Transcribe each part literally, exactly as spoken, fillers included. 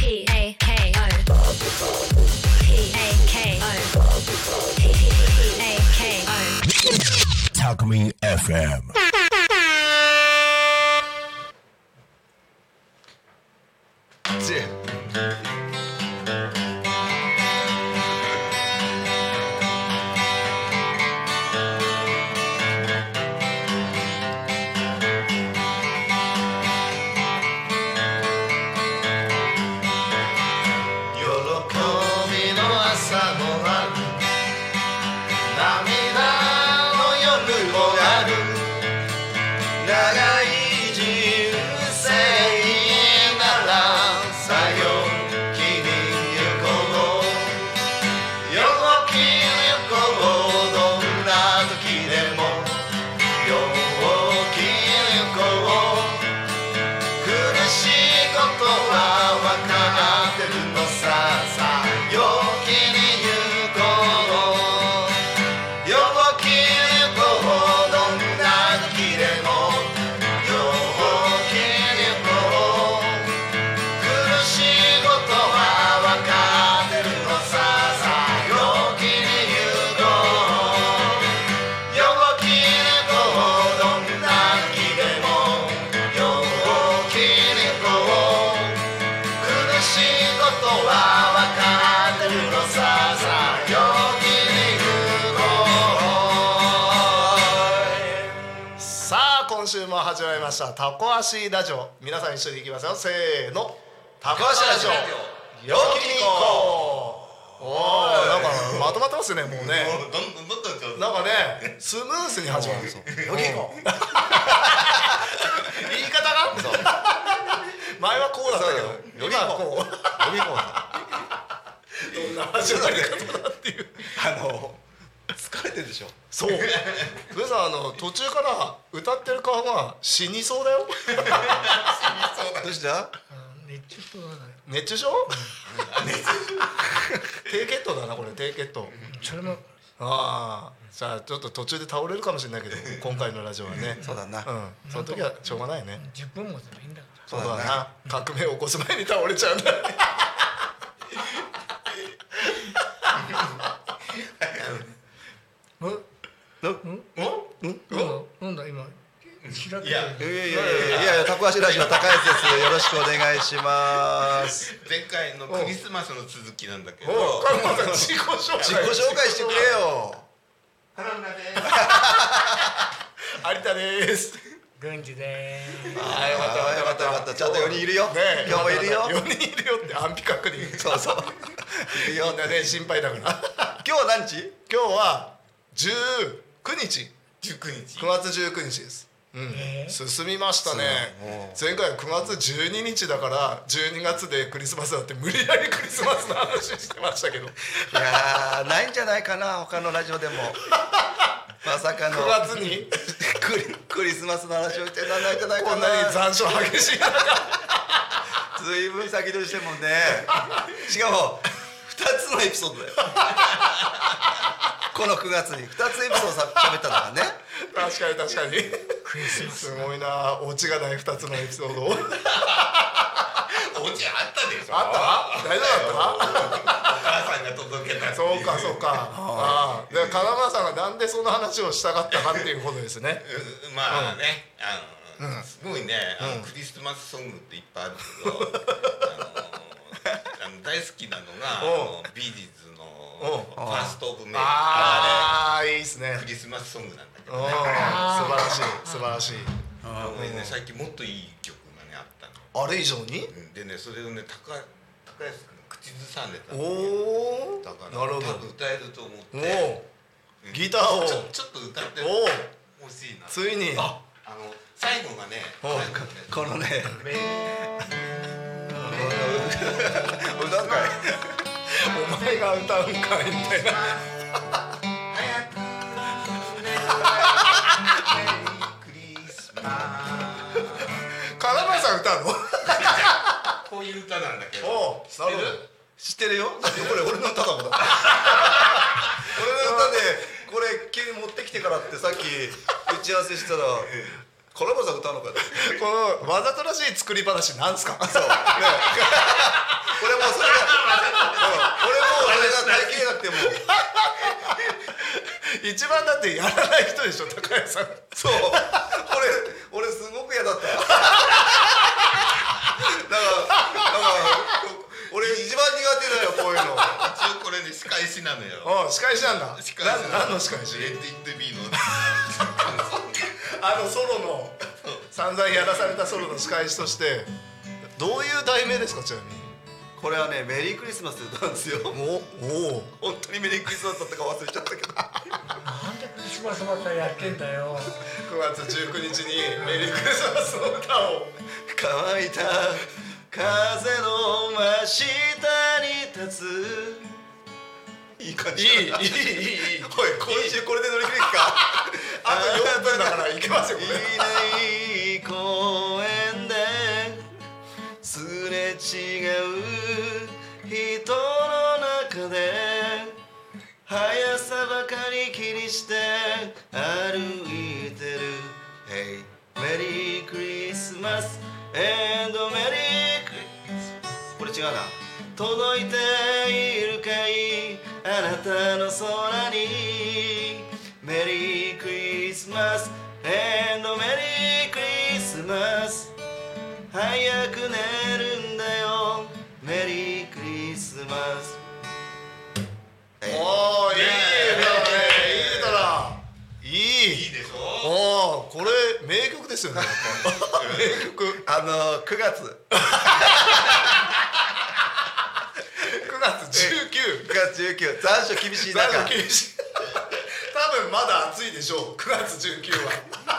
P A K O P A K O P A K O タコミン エフエム。 今週も始まりましたタコ足ラジオ。皆さん一緒にいきますよ。せーの、タコ足ラジオ陽気に行こう。おー、なんかまとまってますね。もうね、なんかねスムースに始まるんですよ。陽気に行こう言い方が前はこうだったけど今はこう。陽気に行こうどんな始まり方だっていう。あの疲れてるでしょ。そう。ブーさん、あの途中から歌ってる顔が死にそうだよ。死にそうだ。どうした？熱中症だね。熱中症？低血糖だなこれ。低血糖。それも。ああ。じゃあちょっと途中で倒れるかもしれないけど、今回のラジオはね。そうだな。うん。その時はしょうがないね。じゅっぷんもでもいいんだから。そうだな。革命を起こす前に倒れちゃうんだ。うんうんうんなんだ今。いやいやいやいやいや、タコ足ラジオ高安です。よろしくお願いします。 前回のクリスマスの続きなんだけど、 自己紹介自己紹介してくれよ。 原村です有田です。 郡司です。 ああ、よかったよかったよかった。ちゃんとよにんいるよ。今日もいるよ。よにんいるよって安否確認。そうそういるよ。みんなね心配だから。今日は何日？今日はじゅうくにち。 じゅうくにち。 くがつじゅうくにちです。うん、進みましたね。前回はくがつじゅうににちだからじゅうにがつでクリスマスだって無理やりクリスマスの話してましたけど、いやーないんじゃないかな他のラジオでも。まさかのくがつにク リ, クリスマスの話をしてらないんじゃないかな。こんなに残暑激しい中ずいぶん先取りしてもんね。しかもふたつのエピソードだよ。このくがつにふたつエピソードしゃべったんだからね。確かに確かに。すごいな、オチがないふたつのエピソード。オチあったでしょ。 あった？大丈夫だった？ お母さんが届けた。 そうかそうか。ああ、で金村さんがなんでその話をしたかったかっていうことですね。 まあね、あのすごいね、クリスマスソングっていっぱいあるけど、あの大好きなのがビーディーズのファーストオブメイ。 ああ、いいですね。 クリスマスソングなんだけどね。 素晴らしい素晴らしい。 ごめんね、最近もっといい曲がねあったの。 あれ以上に？ でね、それをね高高安君口ずさんでたの。 おお。 だから多分歌えると思って。 ギターをちょちょっと歌ってほしいな。 ついに。 あの最後がね、 このね。歌うんかい。お前が歌うんかいみたいな。金村さん歌うの？ こういう歌なんだけど。 知ってる？知ってるよ。これ俺の歌だもんだ。俺の歌でこれ急に持ってきてからってさっき打ち合わせしたら。金村さん歌うのか。このわざとらしい作り話なんですか。そう。こ一番だってやらない人でしょ高谷さん。 そう俺俺すごく嫌だっただからだから俺一番苦手だよこういうの。 一応これね仕返しなのよ。 あ仕返しなんだ。 仕返し何の仕返し？ レッド・イット・ビーのあのソロの散々やらされたソロの仕返しとしてどういう題名ですかちなみに。 これはねメリークリスマスって歌なんですよ。 おお本当にメリークリスマスだったか忘れちゃったけどなんでクリスマスばっかりやってんだよ。 くがつじゅうくにちにメリークリスマスの歌を。 乾いた風の真下に立つ。いい感じ。 いいいいいいいい。おい今週これで乗り切れっかあとよんぷんだからいけますよこれ。 いない公園ですれ違う人の中で速さばかり気にして歩いてる Hey メリークリスマス and メリークリスマス。これ違うな。届いているかいあなたの空にメリークリスマス and メリークリスマス。早く寝るんだよメリークリスマス。 おーいい歌だね。いい歌だ。いい。 いいでしょ。 おーこれ名曲ですよね。名曲。 あのくがつくがつじゅうく。 くがつじゅうく残暑厳しい中。 残暑厳しい。多分まだ暑いでしょう。くがつじゅうくは。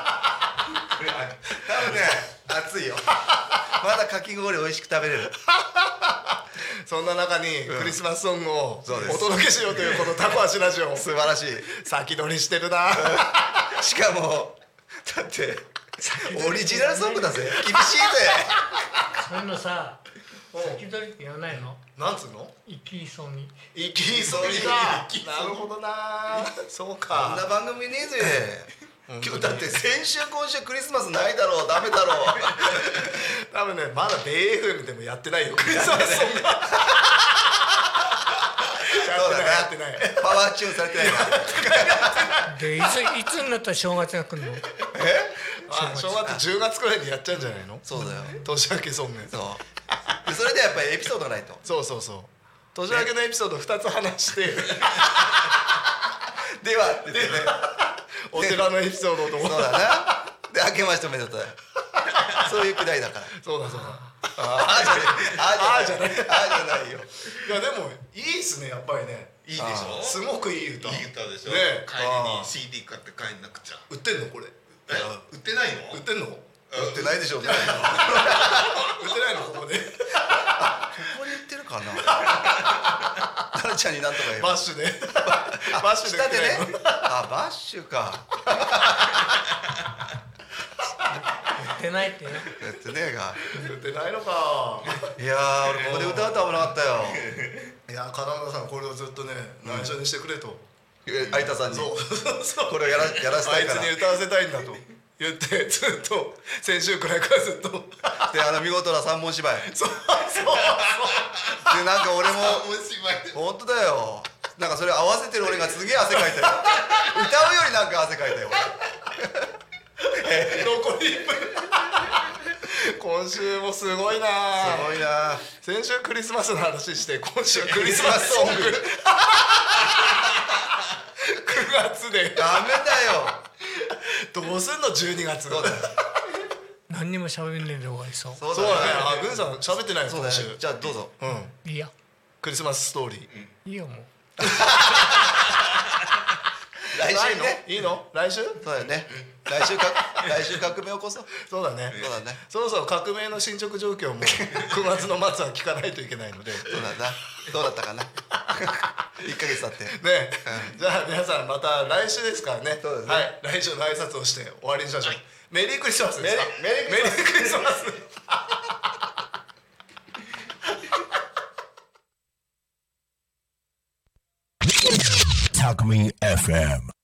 多分ね暑いよ。まだかき氷美味しく食べれる。 そんな中にクリスマスソングをそうですお届けしようというこのタコ足ラジオ。 素晴らしい。 先取りしてるな。 しかもだってオリジナルソングだぜ。厳しいぜ。 そういうのさ、先取りって言わないの？ なんつうの？ 生きそうに。 生き急ぎだ。なるほどな。そうこんか。 な番組ねえぜ。今日だって先週今週クリスマスないだろう。ダメだろう。 多分ねまだベイエフエムでもやってないよクリスマスソング。やそうだね。 ってないやってない。 パワーチューンされてないな。 でいついつになったら正月が来るの？ え？ あ正月じゅうがつくらいでやっちゃうんじゃないの？ そうだよ。 年明けソング。 そう。でそれでやっぱりエピソードがないと。 そうそうそう。年明けのエピソードふたつ話して。 ではって言ってね。 お寺のエピソードと。 そうだな。で明けましておめでとう。そういうくだりだから。 そうだそうだ。 ああじゃない。ああじゃない。ああじゃないよ。 いやでもいいっすねやっぱりね。 いいでしょ。 すごくいい歌。 いい歌でしょ。 ね帰りに シーディー 買って帰んなくちゃ。 売ってんのこれ？ え売ってないの？ 売ってんの？売売ってないでしょうね。 ってないのここで。 ここに売ってるかな。タラちゃんになんとか言う。 バッシュで。バッシュで売下でってないの。 ね。あバッシュか。 売ってないってね。 やってねえが。 売ってないのか。 いやー俺ここで歌うとは思わなかったよ。 いや金村さんこれをずっとね内緒にしてくれと。 有田さんにそうそう。 これをやらやらせたあいから。 いつに歌わせたいんだと言ってずっと先週くらいからずっと。 であの見事な三本芝居。 そうそうそう。 でなんか俺もおしまいで。 本当だよ。なんかそれ合わせてる俺がすげえ汗かいたよ。歌うよりなんか汗かいたよ。 残りいっぷん。今週もすごいな。 すごいな。 先週クリスマスの話して今週クリスマスソング。くがつでダメだよ。 どうすんのじゅうにがつ。 そうだよ。 何にも喋んねえで終わりそう。 そうそうだね。あグンさん喋ってないよそうだ今週。 よ。じゃあどうぞ。 うん。 いいやクリスマスストーリー。 いいよもう。 来ないの週ね。 いいの来週？ そうだよね。来週か来週革命起こそう。 そうだね。 そうだね。 そろそろ革命の進捗状況もくがつの末は聞かないといけないので。 そうだな。どうだったかな。いっかげつ経って。 ね、じゃあ皆さんまた来週ですからね。 そうですねはい、来週の挨拶をして終わりにしましょう。メリークリスマスですか？ メリーメリークリスマスメリークリスマス。 Talk Me エフエム